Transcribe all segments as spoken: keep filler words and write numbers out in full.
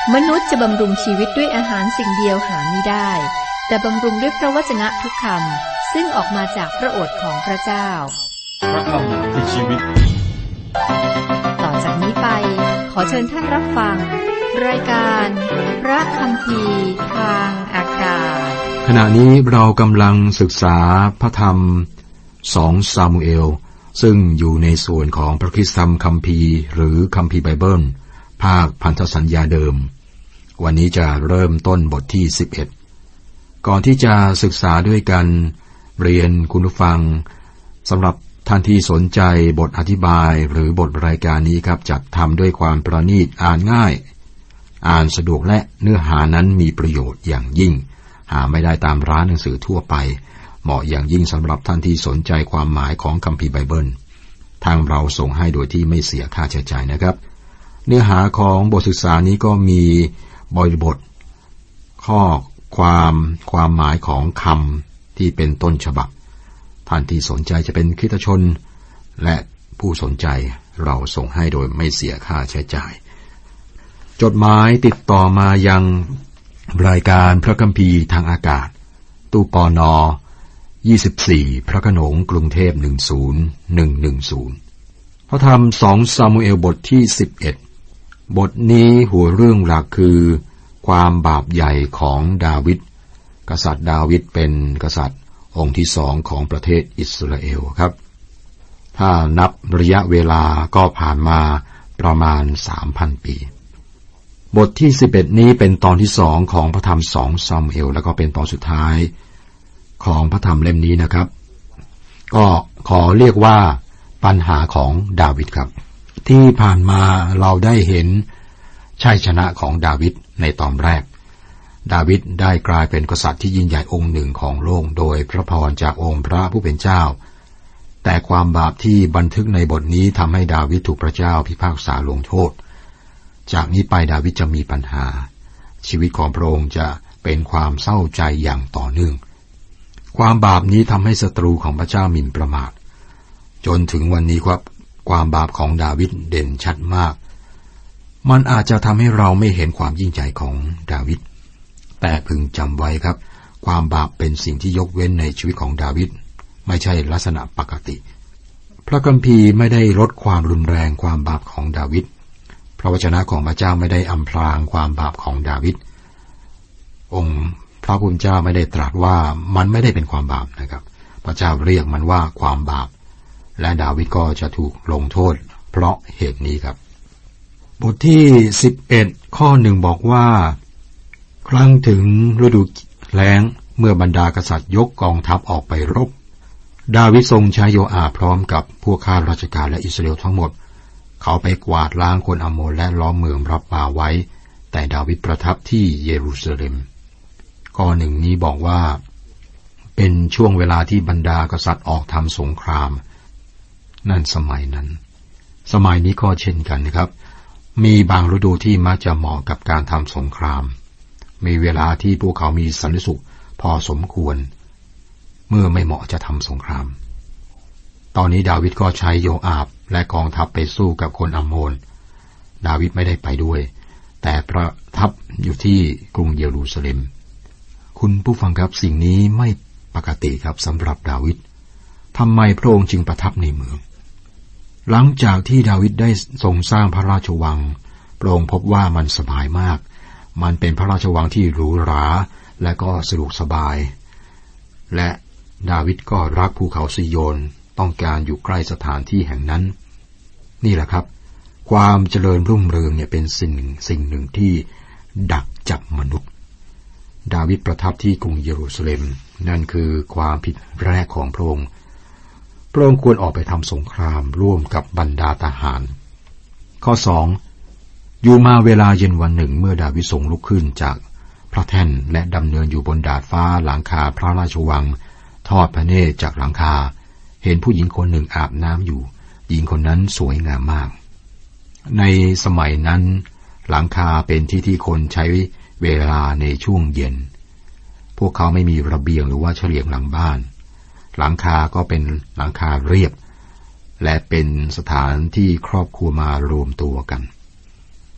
มนุษย์จะบำรุงชีวิตด้วยอาหารสิ่งเดียวหาไม่ได้แต่บำรุงด้วยพระวจนะทุกคำซึ่งออกมาจากพระโอษฐ์ของพระเจ้าพระคำคือชีวิตต่อจากนี้ไปขอเชิญท่านรับฟังรายการพระคัมภีร์ทางอากาศขณะนี้เรากำลังศึกษาพระธรรมสองซามูเอลซึ่งอยู่ในส่วนของพระคริสตธรรมคัมภีร์หรือคัมภีร์ไบเบิลภาคพันธสัญญาเดิมวันนี้จะเริ่มต้นบทที่สิบเอ็ดก่อนที่จะศึกษาด้วยกันเรียนคุณผู้ฟังสำหรับท่านที่สนใจบทอธิบายหรือบทรายการนี้ครับจัดทำด้วยความประณีตอ่านง่ายอ่านสะดวกและเนื้อหานั้นมีประโยชน์อย่างยิ่งหาไม่ได้ตามร้านหนังสือทั่วไปเหมาะอย่างยิ่งสำหรับท่านที่สนใจความหมายของคัมภีร์ไบเบิลทางเราส่งให้โดยที่ไม่เสียค่าใช้จ่ายนะครับเนื้อหาของบทศึกษานี้ก็มีบริบทข้อความความหมายของคำที่เป็นต้นฉบับท่านที่สนใจจะเป็นคริสตชนและผู้สนใจเราส่งให้โดยไม่เสียค่าใช้จ่ายจดหมายติดต่อมายังรายการพระคัมภีร์ทางอากาศตู้ปนยี่สิบสี่พระโขนงกรุงเทพหนึ่งศูนย์หนึ่งหนึ่งศูนย์พระธรรมสองซามูเอลบทที่สิบเอ็ดบทนี้หัวเรื่องหลักคือความบาปใหญ่ของดาวิดกษัตริย์ดาวิดเป็นกษัตริย์องค์ที่สองของประเทศอิสราเอลครับถ้านับระยะเวลาก็ผ่านมาประมาณ สามพัน ปีบทที่สิบเอ็ดนี้เป็นตอนที่สองของพระธรรมสองซามูเอลแล้วก็เป็นตอนสุดท้ายของพระธรรมเล่มนี้นะครับก็ขอเรียกว่าปัญหาของดาวิดครับที่ผ่านมาเราได้เห็นชัยชนะของดาวิดในตอนแรกดาวิดได้กลายเป็นกษัตริย์ที่ยิ่งใหญ่องค์หนึ่งของโลกโดยพระพรจากองค์พระผู้เป็นเจ้าแต่ความบาปที่บันทึกในบทนี้ทำให้ดาวิดถูกพระเจ้าพิพากษาลงโทษจากนี้ไปดาวิดจะมีปัญหาชีวิตของพระองค์จะเป็นความเศร้าใจอย่างต่อเนื่องความบาปนี้ทำให้ศัตรูของพระเจ้าหมิ่นประมาทจนถึงวันนี้ครับความบาปของดาวิดเด่นชัดมากมันอาจจะทำให้เราไม่เห็นความยิ่งใหญ่ของดาวิดแต่พึงจำไว้ครับความบาปเป็นสิ่งที่ยกเว้นในชีวิตของดาวิดไม่ใช่ลักษณะปกติพระคัมภีร์ไม่ได้ลดความรุนแรงความบาปของดาวิดพระวจนะของพระเจ้าไม่ได้อำพรางความบาปของดาวิดองค์พระผู้เป็นเจ้าไม่ได้ตรัสว่ามันไม่ได้เป็นความบาปนะครับพระเจ้าเรียกมันว่าความบาปและดาวิดก็จะถูกลงโทษเพราะเหตุนี้ครับบทที่สิบเอ็ดข้อหนึ่งบอกว่าครั้งถึงฤดูแล้งเมื่อบรรดากษัตริย์ยกกองทัพออกไปรบดาวิดทรงใช้โยอาบพร้อมกับพวกข้าราชการและอิสราเอลทั้งหมดเขาไปกวาดล้างคนอัมโมนและล้อมเมืองรับปาไว้แต่ดาวิดประทับที่เยรูซาเล็มข้อหนึ่งนี้บอกว่าเป็นช่วงเวลาที่บรรดากษัตริย์ออกทำสงครามนั่นสมัยนั้นสมัยนี้ก็เช่นกันนะครับมีบางฤดูที่มักจะเหมาะกับการทำสงครามมีเวลาที่พวกเขามีสันติสุขพอสมควรเมื่อไม่เหมาะจะทำสงครามตอนนี้ดาวิดก็ใช้โยอาบและกองทัพไปสู้กับคนอัมโมนดาวิดไม่ได้ไปด้วยแต่ประทับอยู่ที่กรุงเยรูซาเล็มคุณผู้ฟังครับสิ่งนี้ไม่ปกติครับสำหรับดาวิดทำไมพระองค์จึงประทับในเมืองหลังจากที่ดาวิดได้ทรงสร้างพระราชวังพระองค์พบว่ามันสบายมากมันเป็นพระราชวังที่หรูหราและก็สะดวกสบายและดาวิดก็รักภูเขาซิโยนต้องการอยู่ใกล้สถานที่แห่งนั้นนี่แหละครับความเจริญรุ่งเรืองเนี่ยเป็นสิ่งสิ่งหนึ่งที่ดักจับมนุษย์ดาวิดประทับที่กรุงเยรูซาเล็มนั่นคือความผิดแรกของพระองค์พระองค์ควรออกไปทำสงครามร่วมกับบรรดาทหารข้อสองอยู่มาเวลาเย็นวันหนึ่งเมื่อดาวิดทรงลุกขึ้นจากพระแท่นและดำเนินอยู่บนดาดฟ้าหลังคาพระราชวังทอดพระเนตรจากหลังคาเห็นผู้หญิงคนหนึ่งอาบน้ำอยู่หญิงคนนั้นสวยงามมากในสมัยนั้นหลังคาเป็นที่ที่คนใช้เวลาในช่วงเย็นพวกเขาไม่มีระเบียงหรือว่าเฉลียงหลังบ้านหลังคาก็เป็นหลังคาเรียบและเป็นสถานที่ครอบครัวมารวมตัวกัน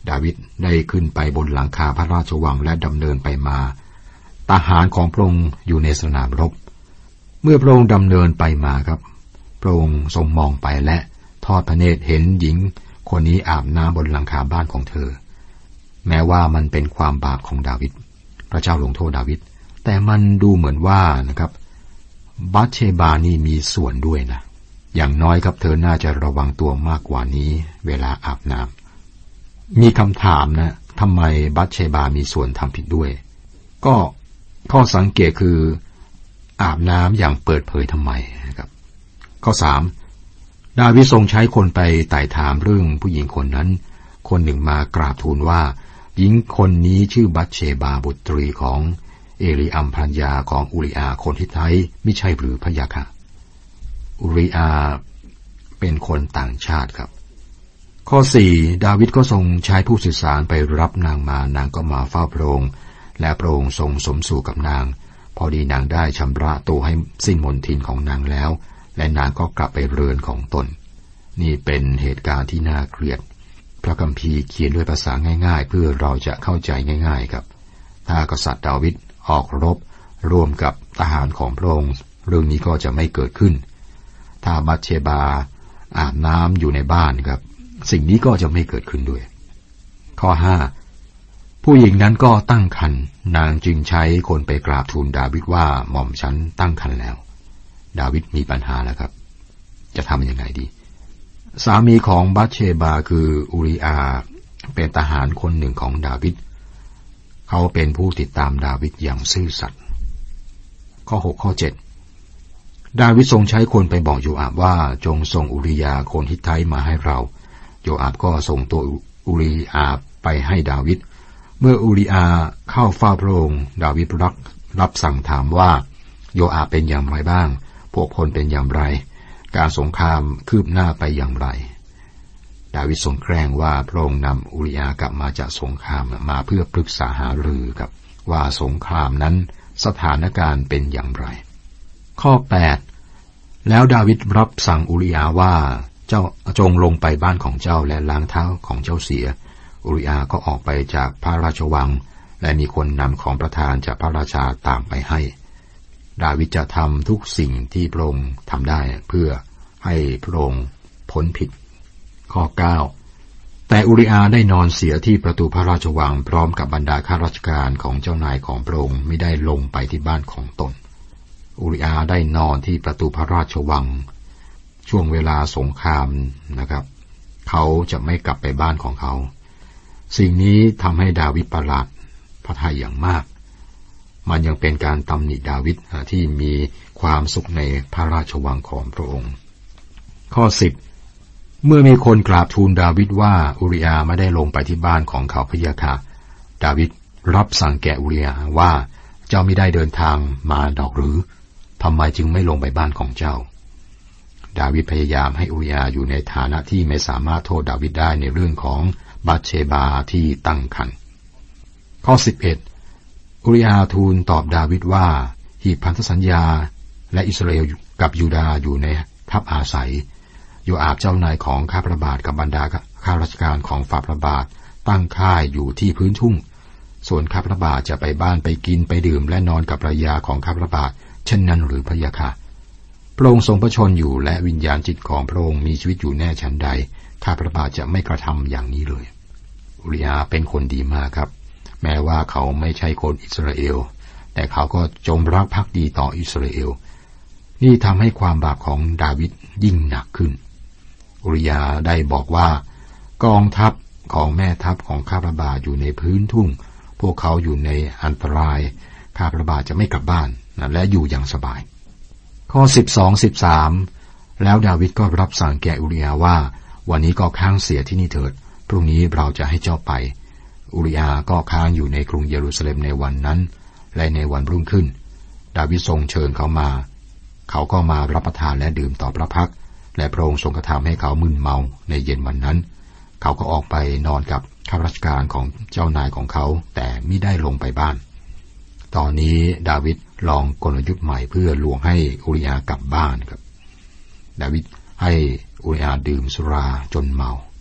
ดาวิดได้ขึ้นไปบนหลังคาพระราชวังและดำเนินไปมาทหารของพระองค์อยู่ในสนามรบเมื่อพระองค์ดำเนินไปมาครับพระองค์ทรงมองไปและทอดพระเนตรเห็นหญิงคนนี้อาบน้ำบนหลังคาบ้านของเธอแม้ว่ามันเป็นความบาปของดาวิดพระเจ้าลงโทษดาวิดแต่มันดูเหมือนว่านะครับบัตเชบานี่มีส่วนด้วยนะอย่างน้อยครับเธอน่าจะระวังตัวมากกว่านี้เวลาอาบน้ำมีคำถามนะทำไมบัตเชบามีส่วนทำผิดด้วยก็ข้อสังเกตคืออาบน้ำอย่างเปิดเผยทำไมนะครับข้อสามดาวิดทรงใช้คนไปไต่ถามเรื่องผู้หญิงคนนั้นคนหนึ่งมากราบทูลว่าหญิงคนนี้ชื่อบัตเชบาบุตรีของเอลีอัมภรรยาของอุริอาคนฮิตไทไม่ใช่หรือพะยะค่ะอุริอาเป็นคนต่างชาติครับข้อสี่ดาวิดก็ทรงใช้ผู้สื่อสารไปรับนางมานางก็มาเฝ้าพระองค์และพระองค์ทรงสมสู่กับนางพอดีนางได้ชำระตัวให้สิ้นมนทินของนางแล้วและนางก็กลับไปเรือนของตนนี่เป็นเหตุการณ์ที่น่าเกลียดพระคัมภีร์เขียนด้วยภาษาง่ายๆเพื่อเราจะเข้าใจง่ายๆครับถ้ากษัตริย์ดาวิดออกรบร่วมกับทหารของพระองค์เรื่องนี้ก็จะไม่เกิดขึ้นถ้าบัตเชบาอาบน้ำอยู่ในบ้านครับสิ่งนี้ก็จะไม่เกิดขึ้นด้วยข้อห้าผู้หญิงนั้นก็ตั้งครรภ์นางจึงใช้คนไปกราบทูลดาวิดว่าหม่อมฉันตั้งครรภ์แล้วดาวิดมีปัญหาแล้วครับจะทำยังไงดีสามีของบัตเชบาคืออูริอาเป็นทหารคนหนึ่งของดาวิดเขาเป็นผู้ติดตามดาวิดอย่างซื่อสัตย์ข้อหกข้อเจ็ดดาวิดทรงใช้คนไปบอกโยอาบว่าจงส่งอุริยาคนฮิตไทมาให้เราโยอาบก็ส่งตัวอุริอาไปให้ดาวิดเมื่ออุริอาเข้าเฝ้าพระองค์ดาวิดรับรับสั่งถามว่าโยอาบเป็นอย่างไรบ้างพวกคนเป็นอย่างไรการสงครามคืบหน้าไปอย่างไรดาวิดทรงแกล้งว่าพระองค์นำอุริยากลับมาจากสงครามมาเพื่อปรึกษาหารือกับว่าสงครามนั้นสถานการณ์เป็นอย่างไรข้อแปดแล้วดาวิดรับสั่งอุริยาว่าเจ้าจงลงไปบ้านของเจ้าและล้างเท้าของเจ้าเสียอุริยาก็ออกไปจากพระราชวังและมีคนนำของประธานจากพระราชาตามไปให้ดาวิดจะทำทุกสิ่งที่พระองค์ทำได้เพื่อให้พระองค์พ้นผิดข้อเก้าแต่อุริอาได้นอนเสียที่ประตูพระราชวังพร้อมกับบรรดาข้าราชการของเจ้านายของพระองค์ไม่ได้ลงไปที่บ้านของตนอุริอาได้นอนที่ประตูพระราชวังช่วงเวลาสงครามนะครับเขาจะไม่กลับไปบ้านของเขาสิ่งนี้ทำให้ดาวิดประหลาดพระทัยอย่างมากมันยังเป็นการตำหนิดาวิดที่มีความสุขในพระราชวังของพระองค์ข้อสิบเมื่อมีคนกราบทูลดาวิดว่าอุริอาไม่ได้ลงไปที่บ้านของเขาพะยะค่ะดาวิดรับสั่งแก่อุริอาว่าเจ้าไม่ได้เดินทางมาดอกหรือทำไมจึงไม่ลงไปบ้านของเจ้าดาวิดพยายามให้อุริอาอยู่ในฐานะที่ไม่สามารถโทษดาวิดได้ในเรื่องของบัตเชบาที่ตั้งครรภ์ข้อสิบเอ็ดอุริอาทูลตอบดาวิดว่าหีบพันธสัญญาและอิสราเอลกับยูดาห์อยู่ในทัพอาศัยโยอาบเจ้านายของข้าพระบาทกับบรรดาข้าราชการของฝ่าพระบาทตั้งค่ายอยู่ที่พื้นทุ่งส่วนข้าพระบาทจะไปบ้านไปกินไปดื่มและนอนกับภรรยาของข้าพระบาทเช่นนั้นหรือพะยะค่ะพระองค์ทรงพระชนอยู่และวิญญาณจิตของพระองค์มีชีวิตอยู่แน่ชันใดข้าพระบาทจะไม่กระทำอย่างนี้เลยอุริอาเป็นคนดีมากครับแม้ว่าเขาไม่ใช่คนอิสราเอลแต่เขาก็จงรักภักดีต่ออิสราเอลนี่ทำให้ความบาปของดาวิดยิ่งหนักขึ้นอุริยาได้บอกว่ากองทัพของแม่ทัพของข้าพระบาทอยู่ในพื้นทุ่งพวกเขาอยู่ในอันตรายข้าพระบาทจะไม่กลับบ้านและอยู่อย่างสบายข้อสิบสอง สิบสามแล้วดาวิดก็รับสั่งแก่อุริยาว่าวันนี้ก็ค้างเสียที่นี่เถิดพรุ่งนี้เราจะให้เจ้าไปอุริยาก็ค้างอยู่ในกรุงเยรูซาเล็มในวันนั้นและในวันรุ่งขึ้นดาวิดทรงเชิญเขามาเขาก็มารับประทานและดื่มต่อพระพักและพระองค์ทรงกระทำให้เขามึนเมาในเย็นวันนั้นเขาก็ออกไปนอนกับข้าราชการของเจ้านายของเขาแต่มิได้ลงไปบ้านตอนนี้ดาวิดลองกลยุทธ์ใหม่เพื่อลวงให้อุริยากลับบ้านครับดาวิดให้อุริยาดื่มสุราจนเมา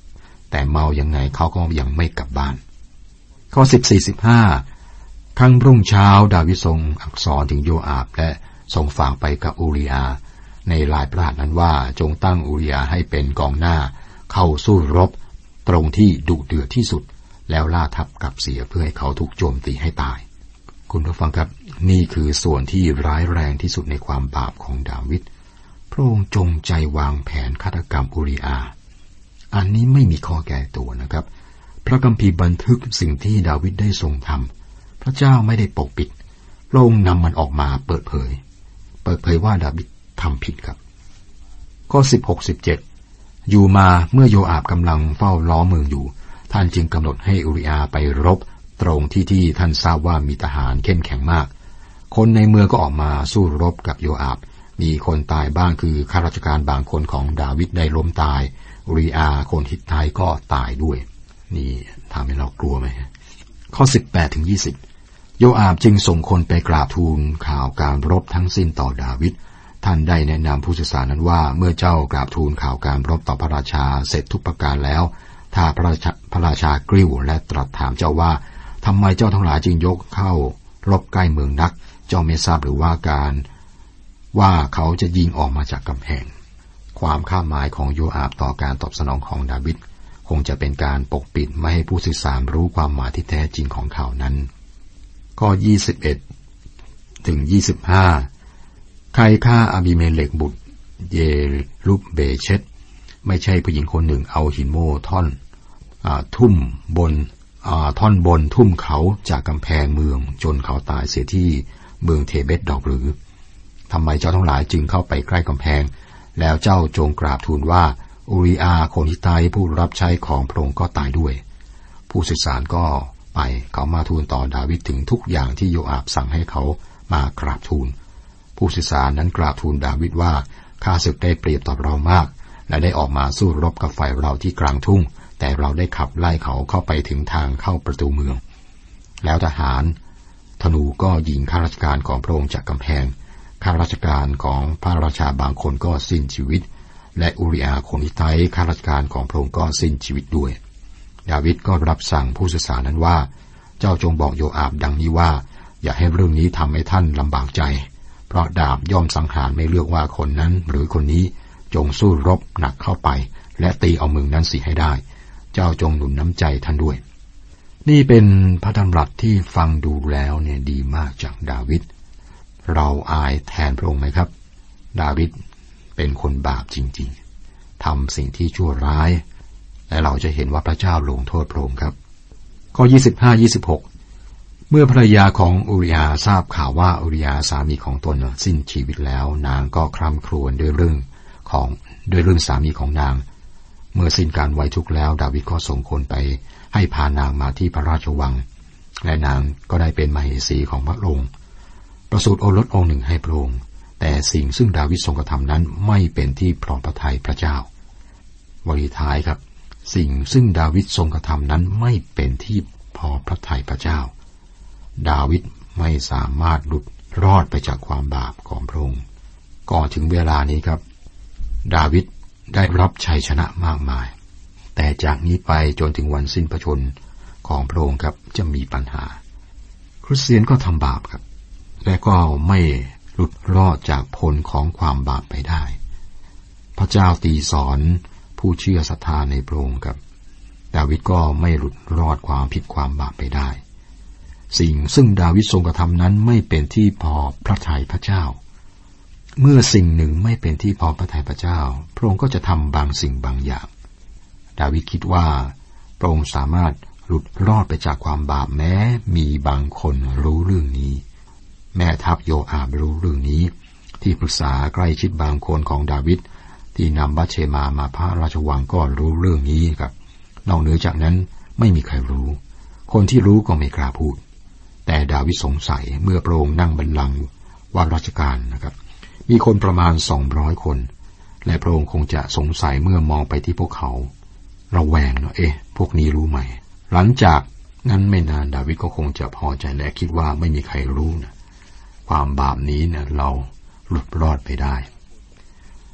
แต่เมายังไงเขาก็ยังไม่กลับบ้านข้อสิบสี่ สิบห้าครั้งรุ่งเช้าดาวิดทรงอักษรถึงโยอาบและทรงฝากไปกับอูริอาในลายพระหัตถ์นั้นว่าจงตั้งอูริอาให้เป็นกองหน้าเข้าสู้รบตรงที่ดุเดือดที่สุดแล้วล่าทัพกลับเสียเพื่อให้เขาถูกโจมตีให้ตายคุณผู้ฟังครับนี่คือส่วนที่ร้ายแรงที่สุดในความบาปของดาวิดพระองค์จงใจวางแผนฆาตกรรมอูริอาอันนี้ไม่มีข้อแก้ตัวนะครับพระคัมภีร์บันทึกสิ่งที่ดาวิดได้ทรงทำพระเจ้าไม่ได้ปกปิดพระองค์นำมันออกมาเปิดเผยเปิดเผยว่าดาวิดทำผิดครับข้อสิบหก สิบเจ็ดอยู่มาเมื่อโยอาบกำลังเฝ้าล้อมเมืองอยู่ท่านจึงกำหนดให้อูริอาไปรบตรงที่ที่ท่านทราบว่ามีทหารเข้มแข็งมากคนในเมืองก็ออกมาสู้รบกับโยอาบมีคนตายบ้างคือข้าราชการบางคนของดาวิดได้ล้มตายอูริอาคนฮิตไทก็ตายด้วยนี่ทำให้เรากลัวไหมข้อสิบแปดถึงยี่สิบโยอาบจึงส่งคนไปกราบทูลข่าวการรบทั้งสิ้นต่อดาวิดท่านได้แนะนำผู้ศึกษานั้นว่าเมื่อเจ้ากราบทูลข่าวการรบต่อพระราชาเสร็จทุกประการแล้วถ้าพระราชาพระราชากริ้วและตรัสถามเจ้าว่าทำไมเจ้าทั้งหลายจึงยกเข้ารบใกล้เมืองนักเจ้าไม่ทราบหรือว่าการว่าเขาจะยิงออกมาจากกำแพงความคาดหมายของโยอาบต่อการตอบสนองของดาวิดคงจะเป็นการปกปิดไม่ให้ผู้ศึกษารู้ความหมายที่แท้จริงของข่าวนั้นข้อยี่สิบเอ็ดถึงยี่สิบห้าใครฆ่าอาบิเมเลกบุตรเยรุบเบเชตไม่ใช่ผู้หญิงคนหนึ่งเอาหินโม่ท่อนทุ่มบนท่อนบนทุ่มเขาจากกำแพงเมืองจนเขาตายเสียที่เมืองเทเบตดอกหรือทำไมเจ้าทั้งหลายจึงเข้าไปใกล้กำแพงแล้วเจ้าจงกราบทูลว่าอูริอาคนฮิตไทผู้รับใช้ของพระองค์ก็ตายด้วยผู้สื่อสารก็ไปเขามาทูลต่อดาวิดถึงทุกอย่างที่โยอาบสั่งให้เขามากราบทูลผู้สื่อสารนั้นกราบทูลดาวิดว่าข้าศึกได้เปรียบต่อเรามากและได้ออกมาสู้รบกับฝ่ายเราที่กลางทุ่งแต่เราได้ขับไล่เขาเข้าไปถึงทางเข้าประตูเมืองแล้วทหารธนูก็ยิงข้าราชการของพระองค์จากกำแพงข้าราชการของพระราชาบางคนก็สิ้นชีวิตและอูริอาคนฮิตไทข้าราชการของพระองค์ก็สิ้นชีวิตด้วยดาวิดก็รับสั่งผู้สื่อสารนั้นว่าเจ้าจงบอกโยอาบดังนี้ว่าอย่าให้เรื่องนี้ทำให้ท่านลำบากใจเพราะดาบย่อมสังหารไม่เลือกว่าคนนั้นหรือคนนี้จงสู้รบหนักเข้าไปและตีเอาเมืองนั้นเสียให้ได้เจ้าจงหนุนน้ำใจท่านด้วยนี่เป็นพระดำรัสที่ฟังดูแล้วเนี่ยดีมากจากดาวิดเราอายแทนพระองค์ไหมครับดาวิดเป็นคนบาปจริงๆทำสิ่งที่ชั่วร้ายและเราจะเห็นว่าพระเจ้าลงโทษพระองค์ครับข้อยี่สิบห้า ยี่สิบหกเมื่อภรรยาของอูริอาทราบข่าวว่าอูริอาสามีของตนสิ้นชีวิตแล้วนางก็คร่ำครวญด้วยเรื่องของด้วยเรื่องสามีของนางเมื่อสิ้นการไว้ทุกข์แล้วดาวิดก็ส่งคนไปให้พานางมาที่พระราชวังและนางก็ได้เป็นมเหสีของพระองค์ประสูติโอรสองค์หนึ่งให้พระองค์แต่สิ่งซึ่งดาวิดทรงกระทำนั้นไม่เป็นที่พอพระทัยพระเจ้าวลีท้ายครับสิ่งซึ่งดาวิดทรงกระทำนั้นไม่เป็นที่พอพระทัยพระเจ้าดาวิดไม่สามารถหลุดรอดไปจากความบาปของพระองค์ก่อนถึงเวลานี้ครับดาวิดได้รับชัยชนะมากมายแต่จากนี้ไปจนถึงวันสิ้นพระชนม์ของพระองค์ครับจะมีปัญหาคริสเตียนก็ทำบาปครับและก็ไม่หลุดรอดจากผลของความบาปไปได้พระเจ้าตีสอนผู้เชื่อศรัทธาในพระองค์ครับดาวิดก็ไม่หลุดรอดความผิดความบาปไปได้สิ่งซึ่งดาวิดทรงกระทำนั้นไม่เป็นที่พอพระทัยพระเจ้าเมื่อสิ่งหนึ่งไม่เป็นที่พอพระทัยพระเจ้าพระองค์ก็จะทำบางสิ่งบางอย่างดาวิดคิดว่าพระองค์สามารถหลุดรอดไปจากความบาปแม้มีบางคนรู้เรื่องนี้แม่ทัพโยอาบรู้เรื่องนี้ที่ปรึกษาใกล้ชิดบางคนของดาวิดที่นำบัตเชมามาพระราชวังก็รู้เรื่องนี้ครับนอกเหนือจากนั้นไม่มีใครรู้คนที่รู้ก็ไม่กล้าพูดแต่ดาวิดสงสัยเมื่อพระองค์นั่งบัลลังก์วางราชการนะครับมีคนประมาณสองร้อยคนและพระองค์คงจะสงสัยเมื่อมองไปที่พวกเขาระแวงเนาะเอ๊ะพวกนี้รู้ไหมหลังจากนั้นไม่นานดาวิดก็คงจะพอใจและคิดว่าไม่มีใครรู้นะความบาปนี้เนี่ยเราหลุดรอดไปได้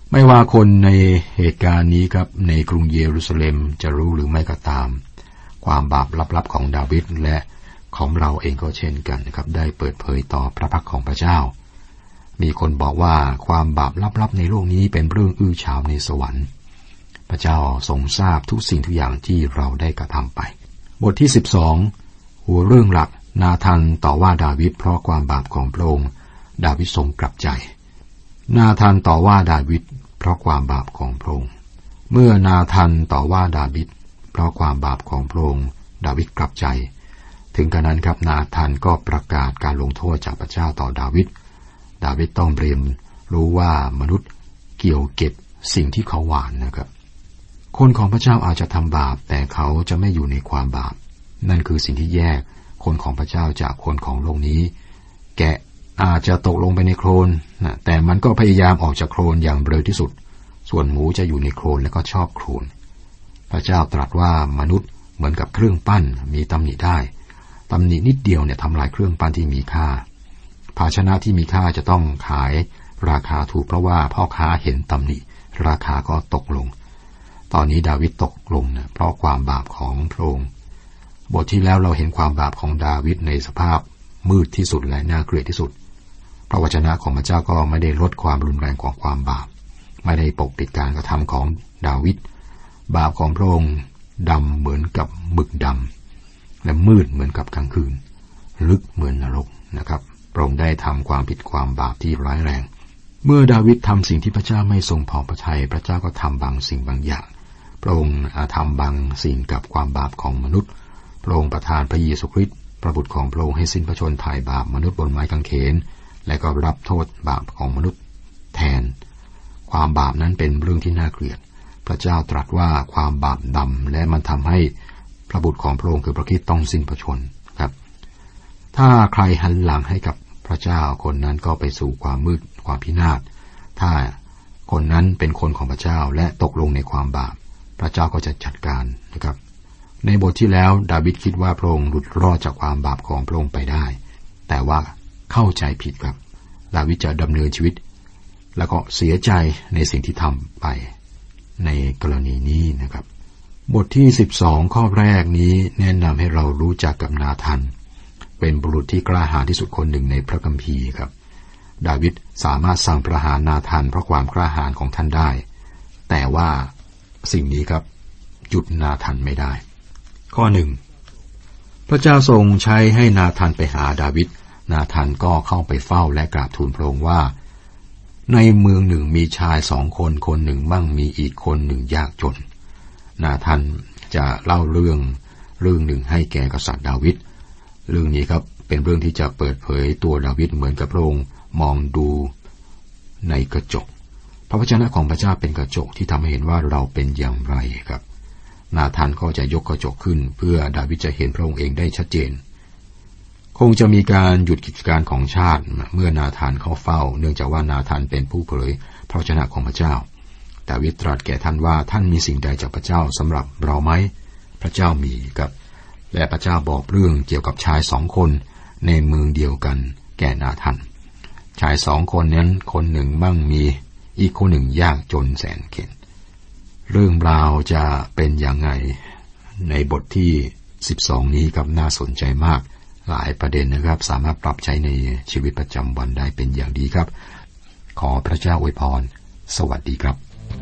ไม่ว่าคนในเหตุการณ์นี้ครับในกรุงเยรูซาเล็มจะรู้หรือไม่ก็ตามความบาปลับๆของดาวิดและของเราเองก็เช่นกันนะครับได้เปิดเผยต่อพระพักของพระเจ้ามีคนบอกว่าความบาปลับๆในโลกนี้เป็นเรื่องอื้อฉาวในสวรรค์พระเจ้าทรงทราบทุกสิ่งทุกอย่างที่เราได้กระทำไปบทที่สิบสองหัวเรื่องหลักนาธานต่อว่าดาวิดเพราะความบาปของพระองค์ดาวิดทรงกลับใจนาธานต่อว่าดาวิดเพราะความบาปของพระองค์เมื่อนาธานต่อว่าดาวิดเพราะความบาปของพระองค์ดาวิดกลับใจถึงกระนั้นครับนาธานก็ประกาศการลงโทษจากพระเจ้าต่อดาวิดดาวิดต้องเรียนรู้ว่ามนุษย์เกี่ยวเก็บสิ่งที่เขาหว่านนะครับคนของพระเจ้าอาจจะทำบาปแต่เขาจะไม่อยู่ในความบาปนั่นคือสิ่งที่แยกคนของพระเจ้าจากคนของโลกนี้แกะอาจจะตกลงไปในโคลนนะแต่มันก็พยายามออกจากโคลนอย่างเร็วที่สุดส่วนหมูจะอยู่ในโคลนและก็ชอบโคลนพระเจ้าตรัสว่ามนุษย์เหมือนกับเครื่องปั้นมีตำหนิได้ตำหนินิดเดียวเนี่ยทำลายเครื่องปั้นที่มีค่าภาชนะที่มีค่าจะต้องขายราคาถูกเพราะว่าพ่อค้าเห็นตำหนิราคาก็ตกลงตอนนี้ดาวิดตกลงนะเพราะความบาปของพระองค์บทที่แล้วเราเห็นความบาปของดาวิดในสภาพมืดที่สุดและน่าเกลียดที่สุดพระวจนะของพระเจ้าก็ไม่ได้ลดความรุนแรงของความบาปไม่ได้ปกปิดการกระทำของดาวิดบาปของพระองค์ดำเหมือนกับหมึกดำและมืดเหมือนกับกลางคืนลึกเหมือนนรกนะครับพระองค์ได้ทำความผิดความบาปที่ร้ายแรงเมื่อดาวิดทำสิ่งที่พระเจ้าไม่ทรงพอพระทัยพระเจ้าก็ทำบางสิ่งบางอย่างพระองค์ทำบางสิ่งกับความบาปของมนุษย์พระองค์ประทานพระเยซูคริสต์พระบุตรของพระองค์ให้สิ้นพระชนม์ไถ่บาปมนุษย์บนไม้กางเขนและก็รับโทษบาปของมนุษย์แทนความบาปนั้นเป็นเรื่องที่น่าเกลียดพระเจ้าตรัสว่าความบาปดำและมันทำให้พระบุตรของพระองค์คือพระคริสต์ต้องสิ้นพระชนม์ครับถ้าใครหันหลังให้กับพระเจ้าคนนั้นก็ไปสู่ความมืดความพินาศถ้าคนนั้นเป็นคนของพระเจ้าและตกลงในความบาปพระเจ้าก็จะจัดการนะครับในบทที่แล้วดาวิดคิดว่าพระองค์หลุดรอดจากความบาปของพระองค์ไปได้แต่ว่าเข้าใจผิดครับดาวิดจะดำเนินชีวิตแล้วก็เสียใจในสิ่งที่ทำไปในกรณีนี้นะครับบทที่สิบสองข้อแรกนี้แนะนำให้เรารู้จักกับนาธานเป็นบุรุษที่กล้าหาญที่สุดคนหนึ่งในพระคัมภีร์ครับดาวิดสามารถสั่งประหารนาธานเพราะความกล้าหาญของท่านได้แต่ว่าสิ่งนี้ครับหยุดนาธานไม่ได้ข้อหนึ่งพระเจ้าทรงใช้ให้นาธานไปหาดาวิดนาธานก็เข้าไปเฝ้าและกราบทูลพระองค์ว่าในเมืองหนึ่งมีชายสองคนคนหนึ่งมั่งมีอีกคนหนึ่งยากจนนาธานจะเล่าเรื่องเรื่องหนึ่งให้แก่กษัตริย์ดาวิดเรื่องนี้ครับเป็นเรื่องที่จะเปิดเผยตัวดาวิดเหมือนกับพระองค์มองดูในกระจกพระวจนะของพระเจ้าเป็นกระจกที่ทำให้เห็นว่าเราเป็นอย่างไรครับนาธานก็จะยกกระจกขึ้นเพื่อดาวิดจะเห็นพระองค์เองได้ชัดเจนคงจะมีการหยุดกิจการของชาติเมื่อนาธานเข้าเฝ้าเนื่องจากว่านาธานเป็นผู้เผยพระวจนะของพระเจ้าดาวิดตรัสแก่ท่านว่าท่านมีสิ่งใดจากพระเจ้าสำหรับเราไหมพระเจ้ามีครับและพระเจ้าบอกเรื่องเกี่ยวกับชายสองคนในเมืองเดียวกันแก่นาธานชายสองคนนั้นคนหนึ่งมั่งมีอีกคนหนึ่งยากจนแสนเข็ญเรื่องราวจะเป็นอย่างไงในบทที่สิบสองนี้ครับน่าสนใจมากหลายประเด็นนะครับสามารถปรับใช้ในชีวิตประจำวันได้เป็นอย่างดีครับขอพระเจ้าอวยพรสวัสดีครับ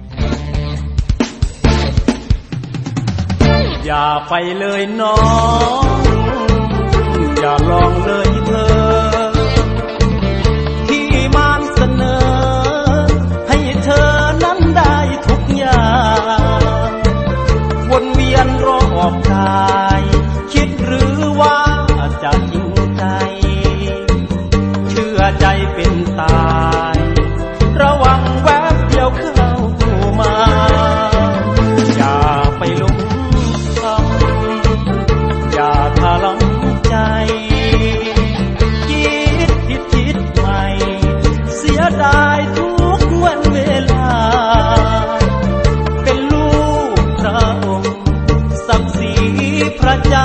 อย่าไปเลยน้องอย่าลองเลยเธอที่มานเสนอให้เธอนั้นได้ทุกอย่างวนเวียนรอบกายคิดหรือว่าจะจริงใจเชื่อใจเป็นตายระวังแวบเดียวเข้ามาอย่าไปหลงอย่าทะลำใจคิดผิดคิดใหม่เสียดายทุกวันเวลาเป็นลูกพระองค์ศักดิ์ศรีพระเจ้า